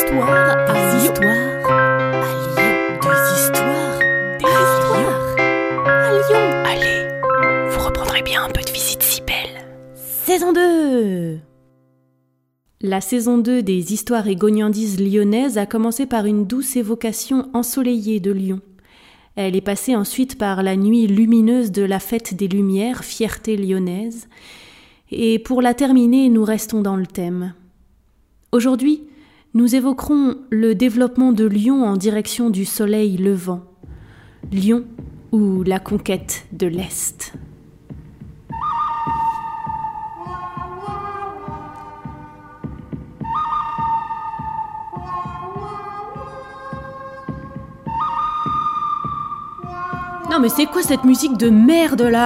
histoires à Lyon. Des histoires à Lyon. Allez, vous reprendrez bien un peu de visite si belle. Saison 2. La saison 2 des histoires et gognandises lyonnaises a commencé par une douce évocation ensoleillée de Lyon. Elle est passée ensuite par la nuit lumineuse de la fête des Lumières, fierté lyonnaise. Et pour la terminer, nous restons dans le thème. Aujourd'hui, nous évoquerons le développement de Lyon en direction du soleil levant. Lyon ou la conquête de l'Est. Non mais c'est quoi cette musique de merde là ?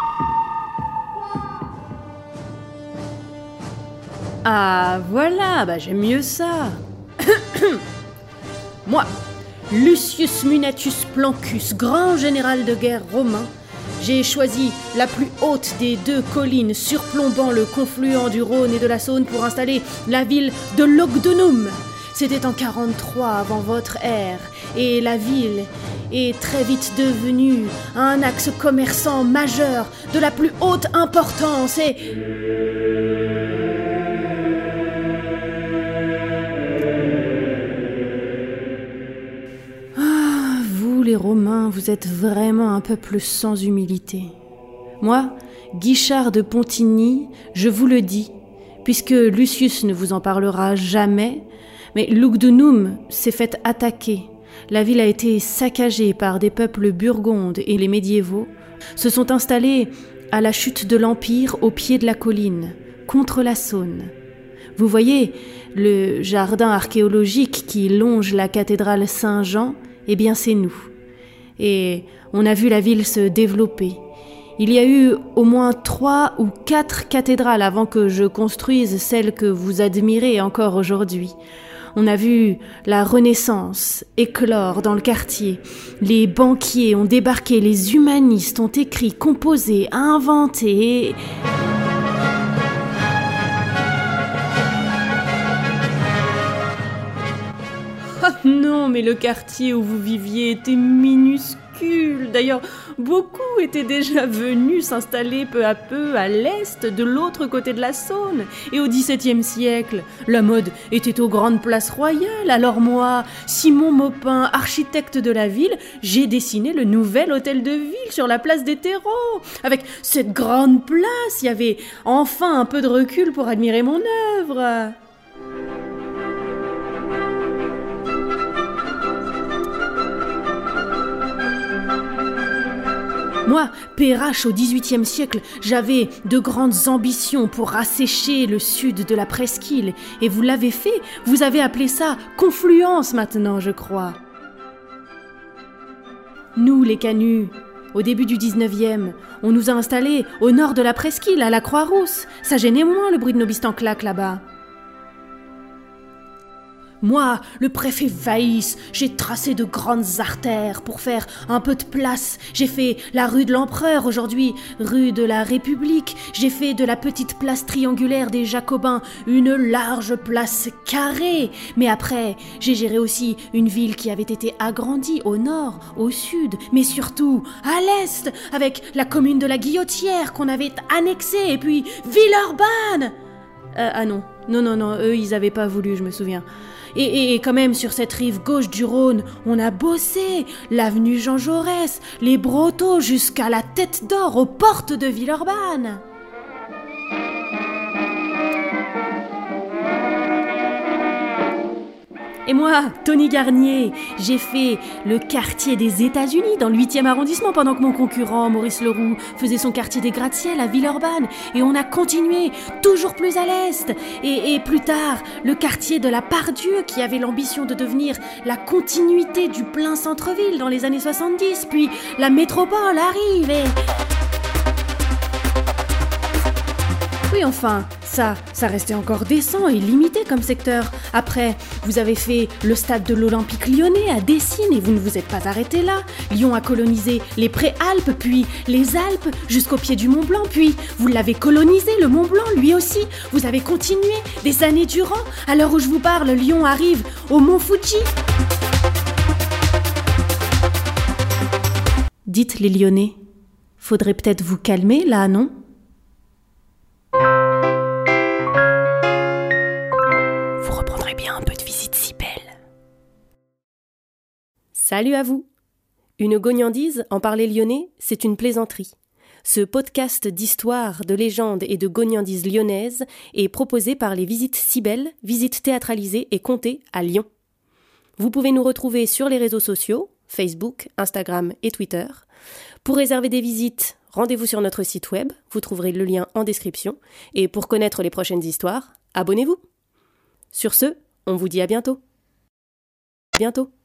Ah voilà, j'aime mieux ça. Moi, Lucius Minatus Plancus, grand général de guerre romain, j'ai choisi la plus haute des deux collines surplombant le confluent du Rhône et de la Saône pour installer la ville de Lugdunum. C'était en 43 avant votre ère, et la ville est très vite devenue un axe commerçant majeur de la plus haute importance et... Vous les Romains, vous êtes vraiment un peuple sans humilité. Moi, Guichard de Pontigny, je vous le dis, puisque Lucius ne vous en parlera jamais, mais Lugdunum s'est fait attaquer. La ville a été saccagée par des peuples burgondes et les médiévaux se sont installés à la chute de l'Empire au pied de la colline, contre la Saône. Vous voyez, le jardin archéologique qui longe la cathédrale Saint-Jean, eh bien c'est nous. Et on a vu la ville se développer. Il y a eu au moins 3 ou 4 cathédrales avant que je construise celle que vous admirez encore aujourd'hui. On a vu la Renaissance éclore dans le quartier. Les banquiers ont débarqué, les humanistes ont écrit, composé, inventé et... Ah non, mais le quartier où vous viviez était minuscule. D'ailleurs, beaucoup étaient déjà venus s'installer peu à peu à l'est, de l'autre côté de la Saône. Et au XVIIe siècle, la mode était aux grandes places royales. Alors moi, Simon Maupin, architecte de la ville, j'ai dessiné le nouvel hôtel de ville sur la place des terreaux. Avec cette grande place, il y avait enfin un peu de recul pour admirer mon œuvre. Moi, Perrache, au XVIIIe siècle, j'avais de grandes ambitions pour assécher le sud de la presqu'île. Et vous l'avez fait, vous avez appelé ça Confluence maintenant, je crois. Nous, les Canuts, au début du 19e, on nous a installés au nord de la presqu'île, à la Croix-Rousse. Ça gênait moins le bruit de nos bistans-claques là-bas. Moi, le préfet Vaïs, j'ai tracé de grandes artères pour faire un peu de place. J'ai fait la rue de l'Empereur, aujourd'hui rue de la République. J'ai fait de la petite place triangulaire des Jacobins une large place carrée. Mais après, j'ai géré aussi une ville qui avait été agrandie au nord, au sud, mais surtout à l'est, avec la commune de la Guillotière qu'on avait annexée, et puis Villeurbanne. Non, eux, ils avaient pas voulu, je me souviens. Et quand même, sur cette rive gauche du Rhône, on a bossé. L'avenue Jean Jaurès, les Brotteaux, jusqu'à la Tête d'Or, aux portes de Villeurbanne. Et moi, Tony Garnier, j'ai fait le quartier des États-Unis dans le 8e arrondissement pendant que mon concurrent, Maurice Leroux, faisait son quartier des gratte-ciel à Villeurbanne. Et on a continué, toujours plus à l'est. Et plus tard, le quartier de la Pardieu qui avait l'ambition de devenir la continuité du plein centre-ville dans les années 70. Puis la métropole arrive et... Oui, enfin, ça restait encore décent et limité comme secteur. Après, vous avez fait le stade de l'Olympique lyonnais à Dessines et vous ne vous êtes pas arrêté là. Lyon a colonisé les Préalpes, puis les Alpes jusqu'au pied du Mont Blanc, puis vous l'avez colonisé, le Mont Blanc, lui aussi. Vous avez continué des années durant. À l'heure où je vous parle, Lyon arrive au Mont Fuji. Dites les Lyonnais, faudrait peut-être vous calmer là, non ? Vous reprendrez bien un peu de visite si belle. Salut à vous. Une gognandise, en parler lyonnais, c'est une plaisanterie. Ce podcast d'histoire, de légendes et de gognandises lyonnaises est proposé par les Visites si belles, visites théâtralisées et contées à Lyon. Vous pouvez nous retrouver sur les réseaux sociaux, Facebook, Instagram et Twitter. Pour réserver des visites, rendez-vous sur notre site web, vous trouverez le lien en description. Et pour connaître les prochaines histoires, abonnez-vous. Sur ce, on vous dit à bientôt. Bientôt.